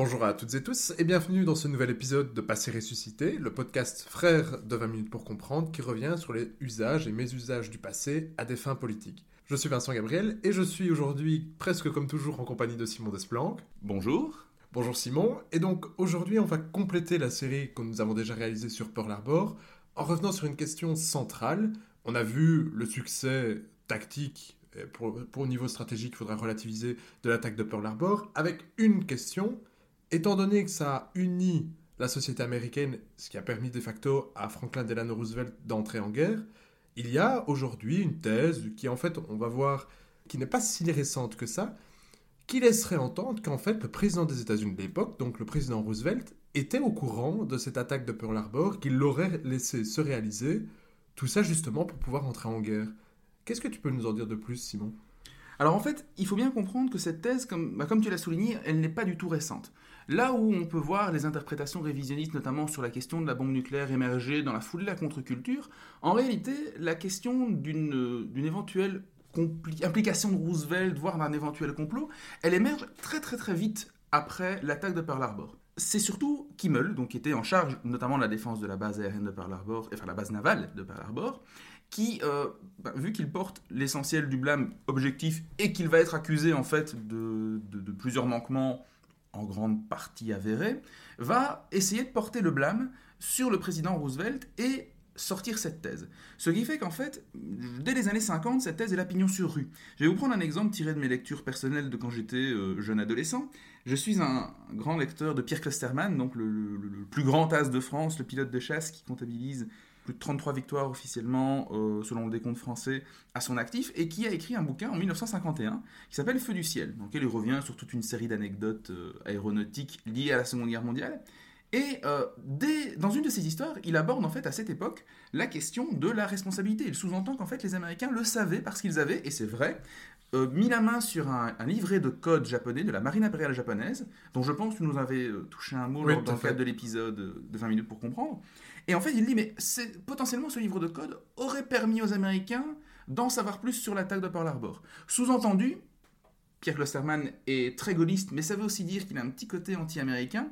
Bonjour à toutes et tous et bienvenue dans ce nouvel épisode de Passé ressuscité, le podcast frère de 20 minutes pour comprendre qui revient sur les usages et mésusages du passé à des fins politiques. Je suis Vincent Gabriel et je suis aujourd'hui presque comme toujours en compagnie de Simon Desplanques. Bonjour. Bonjour Simon, et donc aujourd'hui on va compléter la série que nous avons déjà réalisée sur Pearl Harbor en revenant sur une question centrale. On a vu le succès tactique, pour au niveau stratégique il faudra relativiser, de l'attaque de Pearl Harbor, avec une question. Étant donné que ça a uni la société américaine, ce qui a permis de facto à Franklin Delano Roosevelt d'entrer en guerre, il y a aujourd'hui une thèse qui, en fait, on va voir, qui n'est pas si récente que ça, qui laisserait entendre qu'en fait, le président des États-Unis de l'époque, donc le président Roosevelt, était au courant de cette attaque de Pearl Harbor, qu'il l'aurait laissé se réaliser, tout ça justement pour pouvoir entrer en guerre. Qu'est-ce que tu peux nous en dire de plus, Simon ? Alors en fait, il faut bien comprendre que cette thèse, comme tu l'as souligné, elle n'est pas du tout récente. Là où on peut voir les interprétations révisionnistes, notamment sur la question de la bombe nucléaire émerger dans la foulée de la contre-culture, en réalité, la question d'une éventuelle implication de Roosevelt, voire d'un éventuel complot, elle émerge très très très vite après l'attaque de Pearl Harbor. C'est surtout Kimmel, donc, qui était en charge notamment de la défense de la base aérienne de Pearl Harbor, enfin la base navale de Pearl Harbor, qui, vu qu'il porte l'essentiel du blâme objectif et qu'il va être accusé en fait de plusieurs manquements en grande partie avérés, va essayer de porter le blâme sur le président Roosevelt et sortir cette thèse. Ce qui fait qu'en fait, dès les années 50, cette thèse est la pignon sur rue. Je vais vous prendre un exemple tiré de mes lectures personnelles de quand j'étais jeune adolescent. Je suis un grand lecteur de Pierre Clostermann, donc le plus grand as de France, le pilote de chasse qui comptabilise plus de 33 victoires officiellement, selon le décompte français, à son actif, et qui a écrit un bouquin en 1951 qui s'appelle Feu du ciel, dans lequel il revient sur toute une série d'anecdotes aéronautiques liées à la Seconde Guerre mondiale. Et dans une de ses histoires, il aborde en fait à cette époque la question de la responsabilité. Il sous-entend qu'en fait les Américains le savaient parce qu'ils avaient, et c'est vrai, mis la main sur un livret de code japonais de la marine impériale japonaise, dont je pense que tu nous avais touché un mot dans le cadre de l'épisode de 20 minutes pour comprendre. Et en fait, il dit, mais potentiellement ce livre de code aurait permis aux Américains d'en savoir plus sur l'attaque de Pearl Harbor. Sous-entendu, Pierre Clostermann est très gaulliste, mais ça veut aussi dire qu'il a un petit côté anti-américain,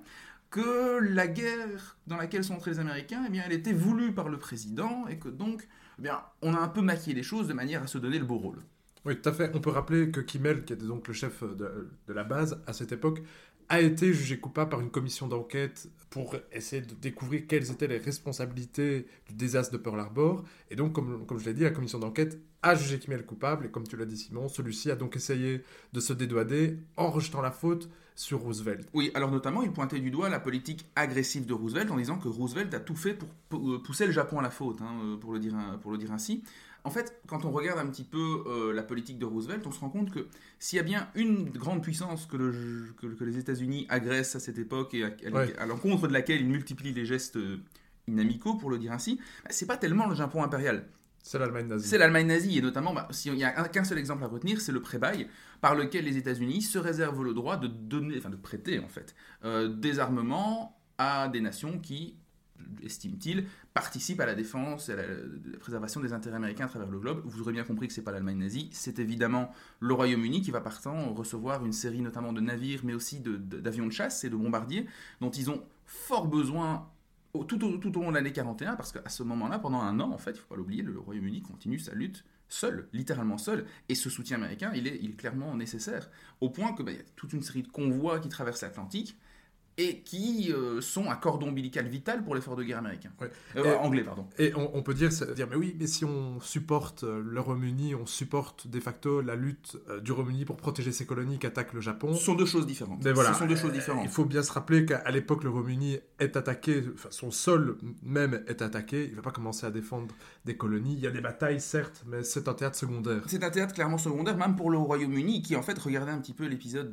que la guerre dans laquelle sont entrés les Américains, eh bien, elle était voulue par le président, et que donc, eh bien, on a un peu maquillé les choses de manière à se donner le beau rôle. Oui, tout à fait. On peut rappeler que Kimmel, qui était donc le chef de la base à cette époque, a été jugé coupable par une commission d'enquête pour essayer de découvrir quelles étaient les responsabilités du désastre de Pearl Harbor. Et donc, comme je l'ai dit, la commission d'enquête a jugé Kimmel coupable. Et comme tu l'as dit, Simon, celui-ci a donc essayé de se dédouaner en rejetant la faute sur Roosevelt. Oui, alors notamment, il pointait du doigt la politique agressive de Roosevelt en disant que Roosevelt a tout fait pour pousser le Japon à la faute, pour le dire ainsi. En fait, quand on regarde un petit peu la politique de Roosevelt, on se rend compte que s'il y a bien une grande puissance que les États-Unis agressent à cette époque et à l'encontre de laquelle ils multiplient les gestes inamicaux, pour le dire ainsi, c'est pas tellement le Japon impérial. C'est l'Allemagne nazie. C'est l'Allemagne nazie, et notamment, s'il n'y a qu'un seul exemple à retenir, c'est le pré-bail, par lequel les États-Unis se réservent le droit de prêter en fait, des armements à des nations qui, estime-t-il, participent à la défense et à la préservation des intérêts américains à travers le globe. Vous aurez bien compris que ce n'est pas l'Allemagne nazie, c'est évidemment le Royaume-Uni qui va partant recevoir une série notamment de navires, mais aussi d'avions de chasse et de bombardiers, dont ils ont fort besoin tout au long de l'année 41, parce qu'à ce moment-là, pendant un an, en fait, il ne faut pas l'oublier, le Royaume-Uni continue sa lutte seul, littéralement seul, et ce soutien américain, il est clairement nécessaire, au point que y a toute une série de convois qui traversent l'Atlantique, et qui sont un cordon ombilical vital pour l'effort de guerre américain. Anglais, pardon. Et on peut dire, mais oui, mais si on supporte le Royaume-Uni, on supporte de facto la lutte du Royaume-Uni pour protéger ses colonies qu'attaque le Japon. Ce sont deux choses différentes. Mais voilà, ce sont deux choses différentes. Il faut bien se rappeler qu'à l'époque, le Royaume-Uni est attaqué, enfin, son sol même est attaqué. Il ne va pas commencer à défendre des colonies. Il y a des batailles, certes, mais c'est un théâtre secondaire. C'est un théâtre clairement secondaire, même pour le Royaume-Uni, qui en fait, regardez un petit peu l'épisode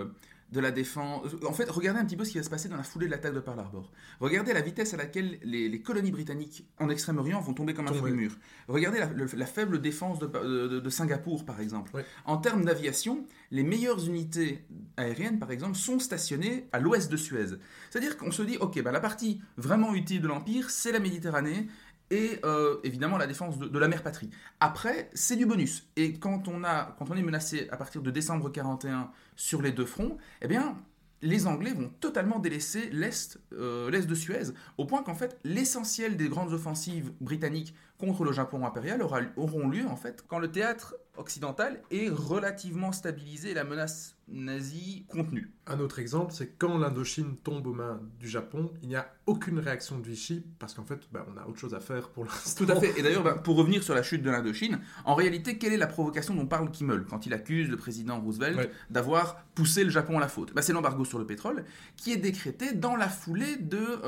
de la défense. En fait, regardez un petit peu ce qui va se passer dans la foulée de l'attaque de Pearl Harbor. Regardez la vitesse à laquelle les colonies britanniques en Extrême-Orient vont tomber comme un fruit mûr. Regardez la faible défense de Singapour, par exemple. Ouais. En termes d'aviation, les meilleures unités aériennes, par exemple, sont stationnées à l'ouest de Suez. C'est-à-dire qu'on se dit, ok, la partie vraiment utile de l'Empire, c'est la Méditerranée, et évidemment la défense de la mer patrie. Après, c'est du bonus. Et quand on est menacé à partir de décembre 41 sur les deux fronts, eh bien, les Anglais vont totalement délaisser l'Est de Suez, au point qu'en fait, l'essentiel des grandes offensives britanniques contre le Japon impérial auront lieu en fait quand le théâtre occidental est relativement stabilisé et la menace nazie contenue. Un autre exemple, c'est quand l'Indochine tombe aux mains du Japon, il n'y a aucune réaction de Vichy, parce qu'en fait, on a autre chose à faire pour l'instant. Tout à fait. Et d'ailleurs, pour revenir sur la chute de l'Indochine, en réalité, quelle est la provocation dont parle Kimmel quand il accuse le président Roosevelt d'avoir poussé le Japon à la faute? C'est l'embargo sur le pétrole qui est décrété dans la foulée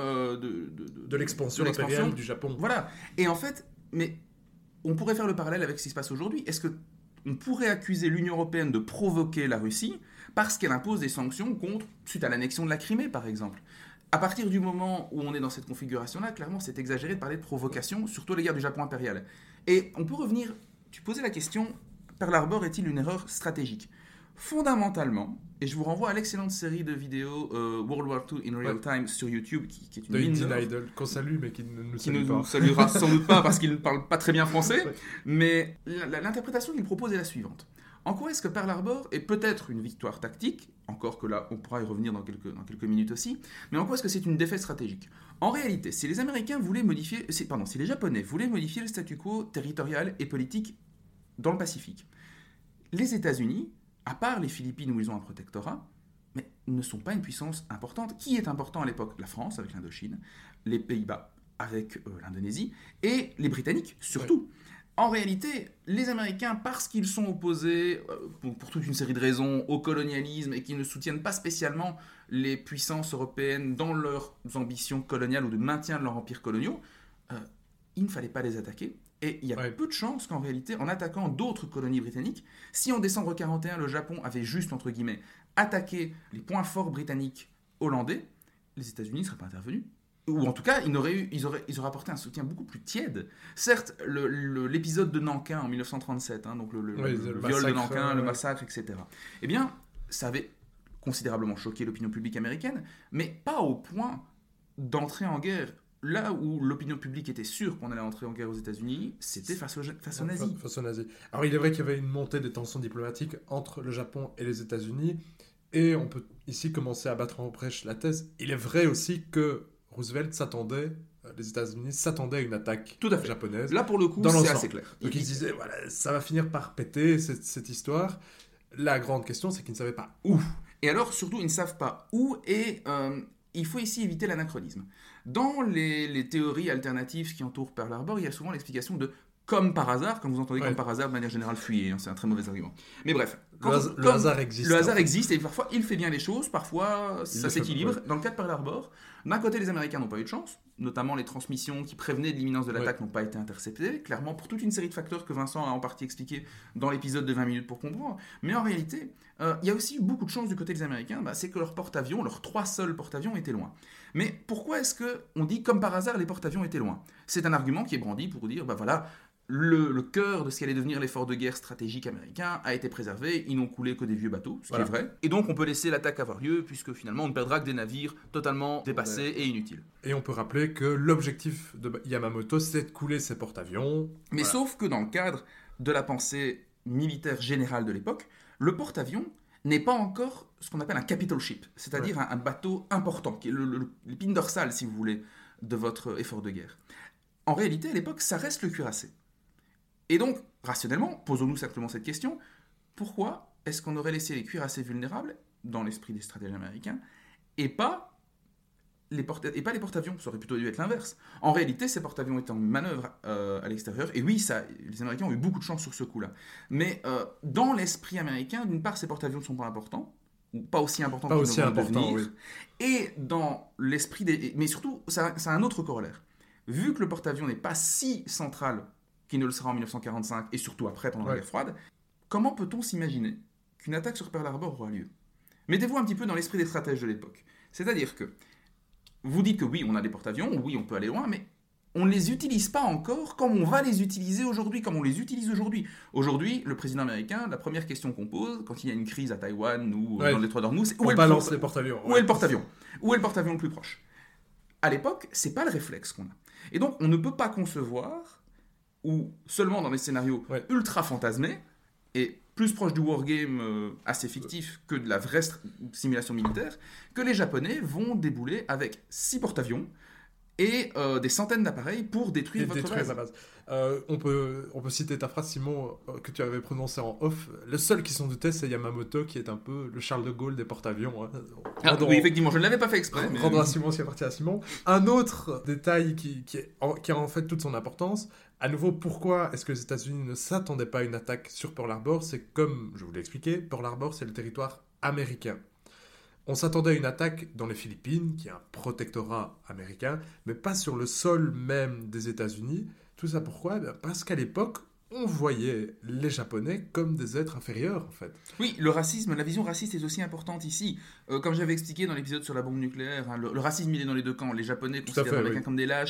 de l'expansion impériale du Japon. Voilà. Et en fait, mais on pourrait faire le parallèle avec ce qui se passe aujourd'hui. Est-ce qu'on pourrait accuser l'Union européenne de provoquer la Russie parce qu'elle impose des sanctions suite à l'annexion de la Crimée, par exemple? À partir du moment où on est dans cette configuration-là, clairement, c'est exagéré de parler de provocation, surtout à l'égard du Japon impérial. Et on peut revenir, tu posais la question, Pearl Harbor est-il une erreur stratégique? Fondamentalement, et je vous renvoie à l'excellente série de vidéos World War II in Real Time sur YouTube, qui est une mine d'or. Idol, qu'on salue, mais qui ne nous qui salue ne pas. nous saluera sans doute pas parce qu'il ne parle pas très bien français, mais l'interprétation qu'il propose est la suivante. En quoi est-ce que Pearl Harbor est peut-être une victoire tactique, encore que là, on pourra y revenir dans quelques minutes aussi, mais en quoi est-ce que c'est une défaite stratégique? En réalité, si les Japonais voulaient modifier le statu quo territorial et politique dans le Pacifique, les États-Unis, à part les Philippines où ils ont un protectorat, mais ne sont pas une puissance importante. Qui est important à l'époque? La France avec l'Indochine, les Pays-Bas avec l'Indonésie, et les Britanniques surtout. En réalité, les Américains, parce qu'ils sont opposés, pour toute une série de raisons, au colonialisme et qu'ils ne soutiennent pas spécialement les puissances européennes dans leurs ambitions coloniales ou de maintien de leurs empires coloniaux, il ne fallait pas les attaquer. Et il y a peu de chances qu'en réalité, en attaquant d'autres colonies britanniques, si en décembre 1941, le Japon avait juste, entre guillemets, attaqué les points forts britanniques hollandais, les États-Unis ne seraient pas intervenus. Ou en tout cas, ils auraient apporté un soutien beaucoup plus tiède. Certes, l'épisode de Nankin en 1937, donc le viol de Nankin, le massacre, etc., eh bien, ça avait considérablement choqué l'opinion publique américaine, mais pas au point d'entrer en guerre. Là où l'opinion publique était sûre qu'on allait entrer en guerre aux États-Unis, c'était face aux nazis. Face aux nazis. Alors, il est vrai qu'il y avait une montée des tensions diplomatiques entre le Japon et les États-Unis, et on peut ici commencer à battre en brèche la thèse. Il est vrai aussi que Roosevelt les États-Unis s'attendaient à une attaque japonaise. Là, pour le coup, c'est assez clair. Donc, ils se disaient, voilà, ça va finir par péter cette histoire. La grande question, c'est qu'ils ne savaient pas où. Et alors, surtout, ils ne savent pas où, et il faut ici éviter l'anachronisme. Dans les théories alternatives qui entourent Pearl Harbor, il y a souvent l'explication de comme par hasard. Quand vous entendez comme par hasard, de manière générale, fuyez. C'est un très mauvais argument. Mais bref. Le hasard existe. Le hasard existe et parfois il fait bien les choses, parfois ça s'équilibre. Dans le cas de Pearl Harbor, d'un côté les Américains n'ont pas eu de chance, notamment les transmissions qui prévenaient de l'imminence de l'attaque n'ont pas été interceptées, clairement pour toute une série de facteurs que Vincent a en partie expliqué dans l'épisode de 20 minutes pour comprendre. Mais en réalité, il y a aussi eu beaucoup de chance du côté des Américains, c'est que leurs porte-avions, leurs 3 seuls porte-avions étaient loin. Mais pourquoi est-ce qu'on dit comme par hasard les porte-avions étaient loin? C'est un argument qui est brandi pour dire, voilà, le cœur de ce qui allait devenir l'effort de guerre stratégique américain a été préservé, ils n'ont coulé que des vieux bateaux, ce qui est vrai, et donc on peut laisser l'attaque avoir lieu, puisque finalement on ne perdra que des navires totalement dépassés et inutiles. Et on peut rappeler que l'objectif de Yamamoto, c'est de couler ses porte-avions. Mais sauf que dans le cadre de la pensée militaire générale de l'époque, le porte-avions n'est pas encore ce qu'on appelle un capital ship, c'est-à-dire un bateau important, qui est l'épine dorsale, si vous voulez, de votre effort de guerre. En réalité, à l'époque, ça reste le cuirassé. Et donc, rationnellement, posons-nous simplement cette question, pourquoi est-ce qu'on aurait laissé les cuirassés vulnérables, dans l'esprit des stratèges américains, et pas les porte-avions? Ça aurait plutôt dû être l'inverse. En réalité, ces porte-avions étaient en manœuvre à l'extérieur, et oui, les Américains ont eu beaucoup de chance sur ce coup-là. Mais dans l'esprit américain, d'une part, ces porte-avions ne sont pas importants, ou pas aussi importants qu'ils ne vont devenir, oui. Et dans l'esprit mais surtout, ça a un autre corollaire. Vu que le porte-avions n'est pas si central qui ne le sera en 1945 et surtout après, pendant la guerre froide, comment peut-on s'imaginer qu'une attaque sur Pearl Harbor aura lieu? Mettez-vous un petit peu dans l'esprit des stratèges de l'époque. C'est-à-dire que vous dites que oui, on a des porte-avions, oui, on peut aller loin, mais on ne les utilise pas encore comme on va les utiliser aujourd'hui, comme on les utilise aujourd'hui. Aujourd'hui, le président américain, la première question qu'on pose, quand il y a une crise à Taïwan ou dans le détroit d'Ormuz, c'est où est les porte-avions. Où est le porte-avions? Où est le porte-avions le plus proche? À l'époque, c'est pas le réflexe qu'on a. Et donc, on ne peut pas concevoir ou seulement dans des scénarios ultra fantasmés, et plus proche du wargame assez fictif que de la vraie simulation militaire, que les Japonais vont débouler avec 6 porte-avions et des centaines d'appareils pour détruire votre base. La base. On peut citer ta phrase, Simon, que tu avais prononcée en off. Le seul qui s'en doutait, c'est Yamamoto, qui est un peu le Charles de Gaulle des porte-avions. Hein. Oui, effectivement, je ne l'avais pas fait exprès. Rendons à Simon ce qui appartient à Simon. Un autre détail qui a en fait toute son importance, à nouveau, pourquoi est-ce que les États-Unis ne s'attendaient pas à une attaque sur Pearl Harbor? C'est comme je vous l'ai expliqué, Pearl Harbor, c'est le territoire américain. On s'attendait à une attaque dans les Philippines, qui est un protectorat américain, mais pas sur le sol même des États-Unis. Tout ça pourquoi? Parce qu'à l'époque, on voyait les Japonais comme des êtres inférieurs, en fait. Oui, le racisme, la vision raciste est aussi importante ici. Comme j'avais expliqué dans l'épisode sur la bombe nucléaire, hein, le racisme, il est dans les deux camps. Les Japonais considèrent les Américains comme des lâches,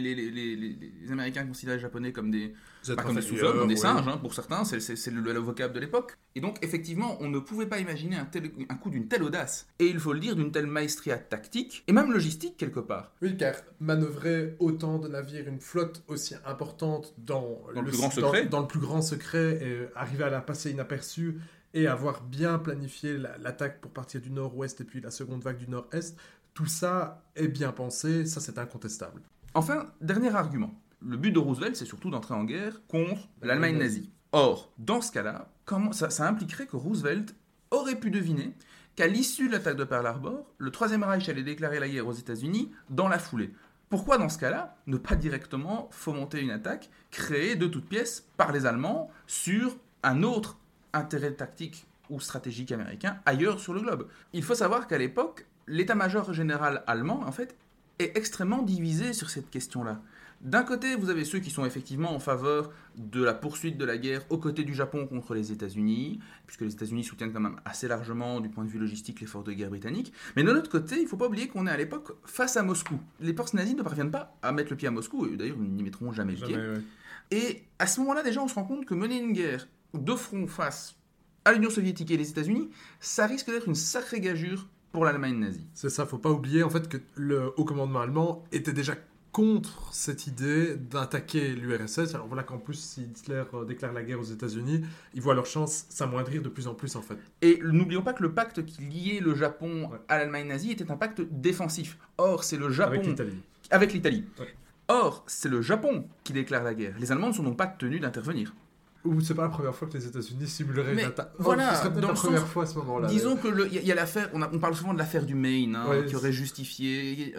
les Américains considèrent les Japonais comme des sous-hommes, comme des singes, hein, pour certains, c'est le vocable de l'époque. Et donc, effectivement, on ne pouvait pas imaginer un coup d'une telle audace, et il faut le dire, d'une telle maestria tactique, et même logistique, quelque part. Oui, car manœuvrer autant de navires, une flotte aussi importante dans le plus grand secret, dans le plus grand secret, et arriver à la passer inaperçue, et avoir bien planifié l'attaque pour partir du nord-ouest, et puis la seconde vague du nord-est, tout ça est bien pensé, ça c'est incontestable. Enfin, dernier argument. Le but de Roosevelt, c'est surtout d'entrer en guerre contre l'Allemagne nazie. Or, dans ce cas-là, ça impliquerait que Roosevelt aurait pu deviner qu'à l'issue de l'attaque de Pearl Harbor, le Troisième Reich allait déclarer la guerre aux États-Unis dans la foulée. Pourquoi, dans ce cas-là, ne pas directement fomenter une attaque créée de toutes pièces par les Allemands sur un autre intérêt tactique ou stratégique américain ailleurs sur le globe? Il faut savoir qu'à l'époque, l'état-major général allemand, en fait, est extrêmement divisé sur cette question-là. D'un côté, vous avez ceux qui sont effectivement en faveur de la poursuite de la guerre aux côtés du Japon contre les États-Unis, puisque les États-Unis soutiennent quand même assez largement, du point de vue logistique, l'effort de guerre britannique. Mais de l'autre côté, il ne faut pas oublier qu'on est à l'époque face à Moscou. Les forces nazies ne parviennent pas à mettre le pied à Moscou, et d'ailleurs, ils n'y mettront jamais le pied. Ouais. Et à ce moment-là, déjà, on se rend compte que mener une guerre de front face à l'Union soviétique et les États-Unis, ça risque d'être une sacrée gageure pour l'Allemagne nazie. C'est ça, il ne faut pas oublier en fait que le haut commandement allemand était déjà contre cette idée d'attaquer l'URSS. Alors voilà qu'en plus, si Hitler déclare la guerre aux États-Unis, ils voient leur chance s'amoindrir de plus en plus en fait. Et n'oublions pas que le pacte qui liait le Japon à l'Allemagne nazie était un pacte défensif. Or, c'est le Japon... Avec l'Italie. Ouais. Or, c'est le Japon qui déclare la guerre. Les Allemands ne sont donc pas tenus d'intervenir. Ou c'est pas la première fois que les États-Unis simuleraient une attaque. Voilà, ce serait peut-être la première fois à ce moment-là. Disons que y a l'affaire, on parle souvent de l'affaire du Maine, qui aurait justifié...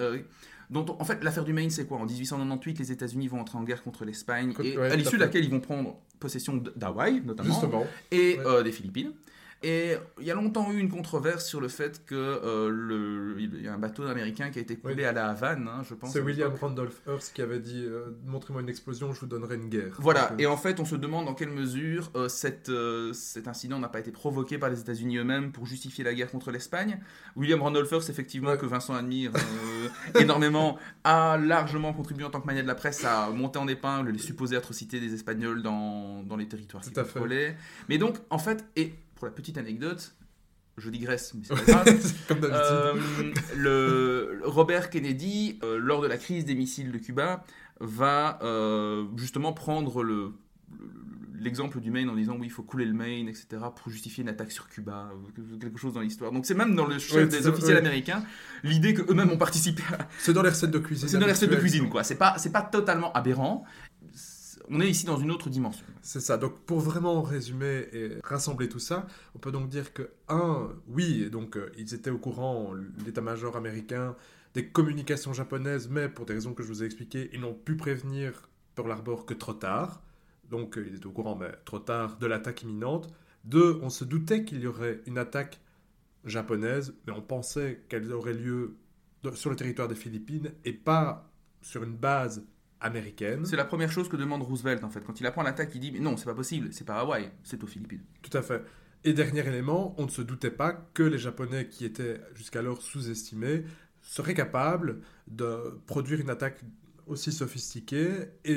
en fait, l'affaire du Maine, c'est quoi? En 1898, les États-Unis vont entrer en guerre contre l'Espagne, à l'issue de laquelle ils vont prendre possession d'Hawaï, notamment, justement. Et des Philippines. Et il y a longtemps eu une controverse sur le fait que il y a un bateau américain qui a été coulé à la Havane, je pense. C'est William Randolph Hearst qui avait dit montrez-moi une explosion, je vous donnerai une guerre. Voilà, et en fait, on se demande dans quelle mesure cet incident n'a pas été provoqué par les États-Unis eux-mêmes pour justifier la guerre contre l'Espagne. William Randolph Hearst, effectivement, que Vincent admire énormément, a largement contribué en tant que magnat de la presse à monter en épingle les supposées atrocités des Espagnols dans les territoires qu'ils contrôlaient. Mais donc, en fait, pour la petite anecdote, je digresse, mais c'est pas grave. Comme d'habitude. Robert Kennedy, lors de la crise des missiles de Cuba, va justement prendre l'exemple du Maine en disant oui, il faut couler le Maine, etc., pour justifier une attaque sur Cuba, quelque chose dans l'histoire. Donc c'est même dans le chef des officiels américains, l'idée qu'eux-mêmes ont participé à... C'est dans les recettes de cuisine. C'est dans les recettes de cuisine, quoi. C'est pas totalement aberrant. On est ici dans une autre dimension. C'est ça. Donc, pour vraiment résumer et rassembler tout ça, on peut donc dire que, oui, donc ils étaient au courant, l'état-major américain, des communications japonaises, mais pour des raisons que je vous ai expliquées, ils n'ont pu prévenir Pearl Harbor que trop tard. Donc, ils étaient au courant, mais trop tard, de l'attaque imminente. 2, on se doutait qu'il y aurait une attaque japonaise, mais on pensait qu'elle aurait lieu sur le territoire des Philippines et pas sur une base américaine. C'est la première chose que demande Roosevelt, en fait. Quand il apprend l'attaque, il dit « Mais non, c'est pas possible, c'est pas Hawaï, c'est aux Philippines. » Tout à fait. Et dernier élément, on ne se doutait pas que les Japonais, qui étaient jusqu'alors sous-estimés, seraient capables de produire une attaque aussi sophistiquée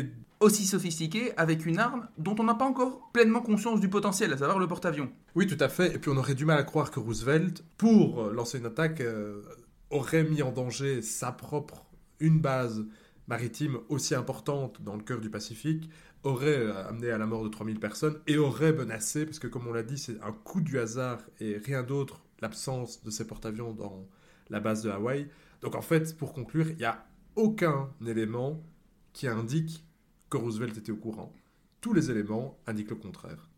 avec une arme dont on n'a pas encore pleinement conscience du potentiel, à savoir le porte-avions. Oui, tout à fait. Et puis on aurait du mal à croire que Roosevelt, pour lancer une attaque, aurait mis en danger une base maritime aussi importante dans le cœur du Pacifique aurait amené à la mort de 3000 personnes et aurait menacé, parce que comme on l'a dit, c'est un coup du hasard et rien d'autre, l'absence de ces porte-avions dans la base de Hawaï. Donc en fait, pour conclure, il n'y a aucun élément qui indique que Roosevelt était au courant. Tous les éléments indiquent le contraire.